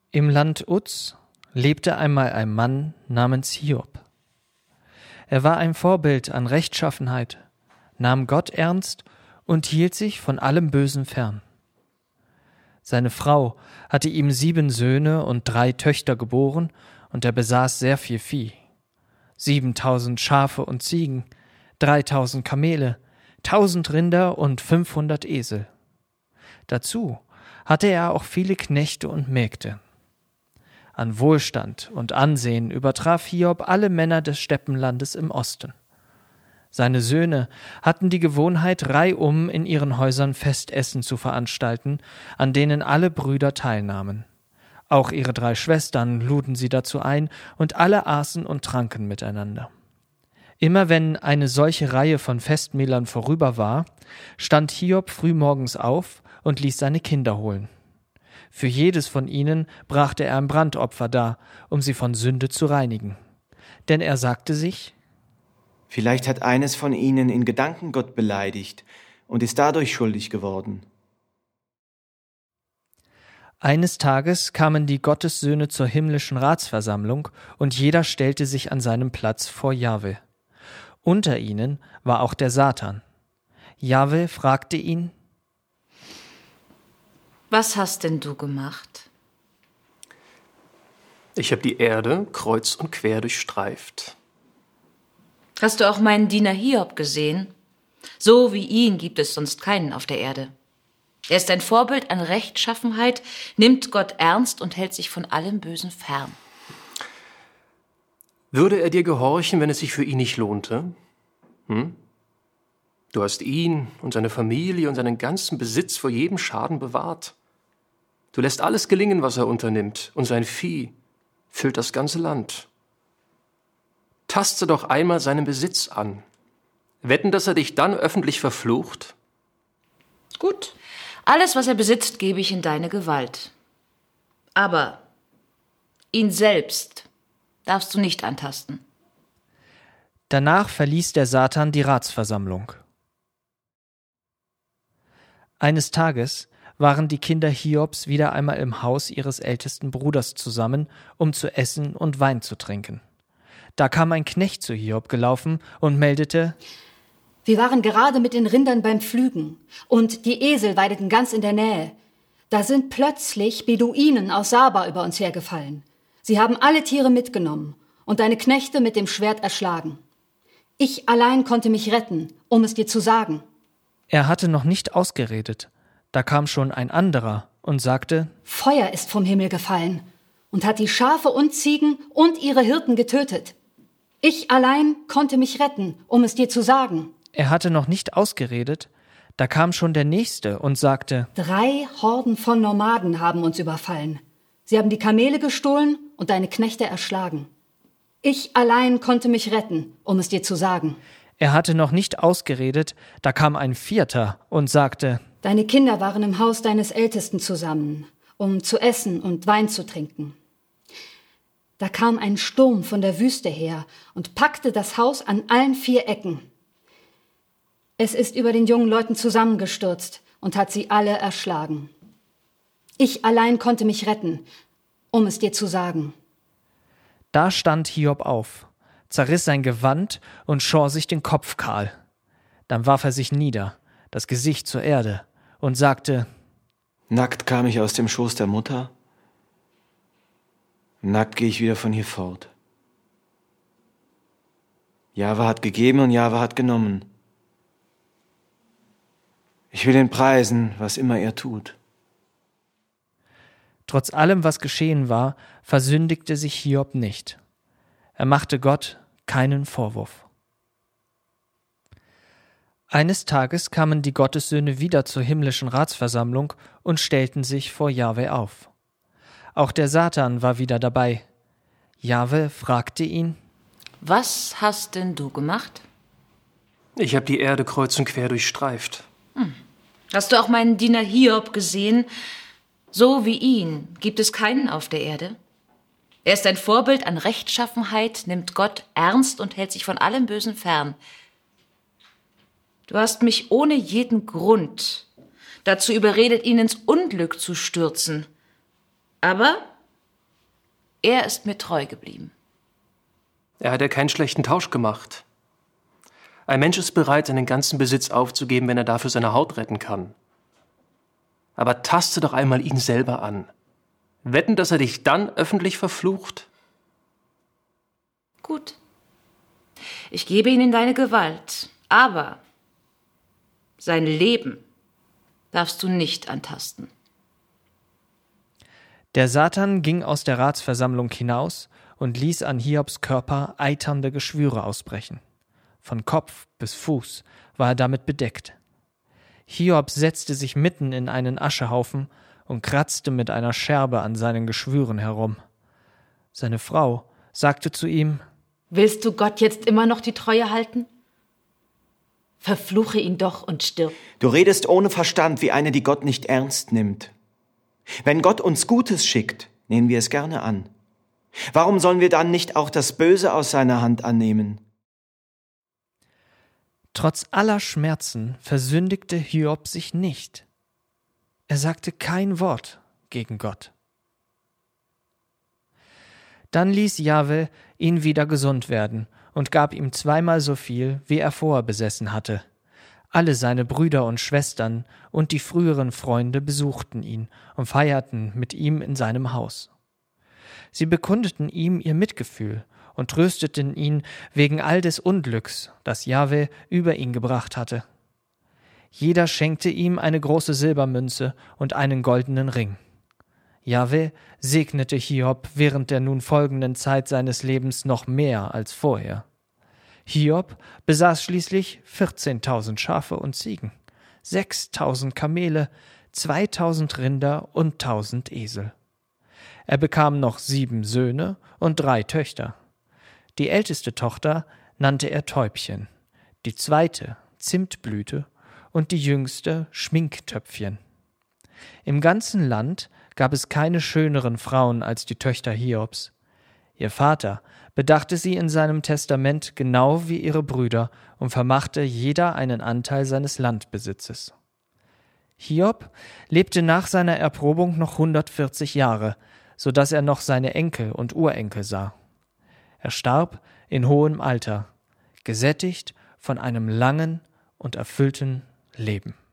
Im Land Uz lebte einmal ein Mann namens Hiob. Er war ein Vorbild an Rechtschaffenheit, nahm Gott ernst und hielt sich von allem Bösen fern. Seine Frau hatte ihm 7 Söhne und 3 Töchter geboren, und er besaß sehr viel Vieh. 7.000 Schafe und Ziegen, 3.000 Kamele, 1.000 Rinder und 500 Esel. Dazu hatte er auch viele Knechte und Mägde. An Wohlstand und Ansehen übertraf Hiob alle Männer des Steppenlandes im Osten. Seine Söhne hatten die Gewohnheit, reihum in ihren Häusern Festessen zu veranstalten, an denen alle Brüder teilnahmen. Auch ihre 3 Schwestern luden sie dazu ein, und alle aßen und tranken miteinander. Immer wenn eine solche Reihe von Festmählern vorüber war, stand Hiob frühmorgens auf und ließ seine Kinder holen. Für jedes von ihnen brachte er ein Brandopfer dar, um sie von Sünde zu reinigen. Denn er sagte sich: Vielleicht hat eines von ihnen in Gedanken Gott beleidigt und ist dadurch schuldig geworden. Eines Tages kamen die Gottessöhne zur himmlischen Ratsversammlung, und jeder stellte sich an seinem Platz vor Jahwe. Unter ihnen war auch der Satan. Jahwe fragte ihn: Was hast denn du gemacht? Ich habe die Erde kreuz und quer durchstreift. Hast du auch meinen Diener Hiob gesehen? So wie ihn gibt es sonst keinen auf der Erde. Er ist ein Vorbild an Rechtschaffenheit, nimmt Gott ernst und hält sich von allem Bösen fern. Würde er dir gehorchen, wenn es sich für ihn nicht lohnte? Du hast ihn und seine Familie und seinen ganzen Besitz vor jedem Schaden bewahrt. Du lässt alles gelingen, was er unternimmt, und sein Vieh füllt das ganze Land. Taste doch einmal seinen Besitz an. Wetten, dass er dich dann öffentlich verflucht? Gut, alles, was er besitzt, gebe ich in deine Gewalt. Aber ihn selbst darfst du nicht antasten. Danach verließ der Satan die Ratsversammlung. Eines Tages waren die Kinder Hiobs wieder einmal im Haus ihres ältesten Bruders zusammen, um zu essen und Wein zu trinken. Da kam ein Knecht zu Hiob gelaufen und meldete: Wir waren gerade mit den Rindern beim Pflügen, und die Esel weideten ganz in der Nähe. Da sind plötzlich Beduinen aus Saba über uns hergefallen. Sie haben alle Tiere mitgenommen und deine Knechte mit dem Schwert erschlagen. Ich allein konnte mich retten, um es dir zu sagen. Er hatte noch nicht ausgeredet. Da kam schon ein anderer und sagte: Feuer ist vom Himmel gefallen und hat die Schafe und Ziegen und ihre Hirten getötet. Ich allein konnte mich retten, um es dir zu sagen. Er hatte noch nicht ausgeredet. Da kam schon der Nächste und sagte: 3 Horden von Nomaden haben uns überfallen. Sie haben die Kamele gestohlen und deine Knechte erschlagen. Ich allein konnte mich retten, um es dir zu sagen. Er hatte noch nicht ausgeredet. Da kam ein Vierter und sagte: Deine Kinder waren im Haus deines Ältesten zusammen, um zu essen und Wein zu trinken. Da kam ein Sturm von der Wüste her und packte das Haus an allen 4 Ecken. Es ist über den jungen Leuten zusammengestürzt und hat sie alle erschlagen. Ich allein konnte mich retten, um es dir zu sagen. Da stand Hiob auf, zerriss sein Gewand und schor sich den Kopf kahl. Dann warf er sich nieder, das Gesicht zur Erde, und sagte: Nackt kam ich aus dem Schoß der Mutter, nackt gehe ich wieder von hier fort. Jahwe hat gegeben und Jahwe hat genommen. Ich will ihn preisen, was immer er tut. Trotz allem, was geschehen war, versündigte sich Hiob nicht. Er machte Gott keinen Vorwurf. Eines Tages kamen die Gottessöhne wieder zur himmlischen Ratsversammlung und stellten sich vor Jahwe auf. Auch der Satan war wieder dabei. Jahwe fragte ihn: Was hast denn du gemacht? Ich habe die Erde kreuz und quer durchstreift. Hast du auch meinen Diener Hiob gesehen? So wie ihn gibt es keinen auf der Erde. Er ist ein Vorbild an Rechtschaffenheit, nimmt Gott ernst und hält sich von allem Bösen fern. Du hast mich ohne jeden Grund dazu überredet, ihn ins Unglück zu stürzen. Aber Er ist mir treu geblieben. Er hat ja keinen schlechten Tausch gemacht. Ein Mensch ist bereit, seinen ganzen Besitz aufzugeben, wenn er dafür seine Haut retten kann. Aber taste doch einmal ihn selber an. Wetten, dass er dich dann öffentlich verflucht? Gut. Ich gebe ihn in deine Gewalt, aber sein Leben darfst du nicht antasten. Der Satan ging aus der Ratsversammlung hinaus und ließ an Hiobs Körper eiternde Geschwüre ausbrechen. Von Kopf bis Fuß war er damit bedeckt. Hiob setzte sich mitten in einen Aschehaufen und kratzte mit einer Scherbe an seinen Geschwüren herum. Seine Frau sagte zu ihm: Willst du Gott jetzt immer noch die Treue halten? Verfluche ihn doch und stirb. Du redest ohne Verstand wie eine, die Gott nicht ernst nimmt. Wenn Gott uns Gutes schickt, nehmen wir es gerne an. Warum sollen wir dann nicht auch das Böse aus seiner Hand annehmen? Trotz aller Schmerzen versündigte Hiob sich nicht. Er sagte kein Wort gegen Gott. Dann ließ Jahwe ihn wieder gesund werden und gab ihm 2-mal so viel, wie er vorher besessen hatte. Alle seine Brüder und Schwestern und die früheren Freunde besuchten ihn und feierten mit ihm in seinem Haus. Sie bekundeten ihm ihr Mitgefühl und trösteten ihn wegen all des Unglücks, das Jahwe über ihn gebracht hatte. Jeder schenkte ihm eine große Silbermünze und einen goldenen Ring. Jahwe segnete Hiob während der nun folgenden Zeit seines Lebens noch mehr als vorher. Hiob besaß schließlich 14.000 Schafe und Ziegen, 6.000 Kamele, 2.000 Rinder und 1.000 Esel. Er bekam noch 7 Söhne und 3 Töchter. Die älteste Tochter nannte er Täubchen, die zweite Zimtblüte und die jüngste Schminktöpfchen. Im ganzen Land gab es keine schöneren Frauen als die Töchter Hiobs. Ihr Vater bedachte sie in seinem Testament genau wie ihre Brüder und vermachte jeder einen Anteil seines Landbesitzes. Hiob lebte nach seiner Erprobung noch 140 Jahre, so dass er noch seine Enkel und Urenkel sah. Er starb in hohem Alter, gesättigt von einem langen und erfüllten Leben.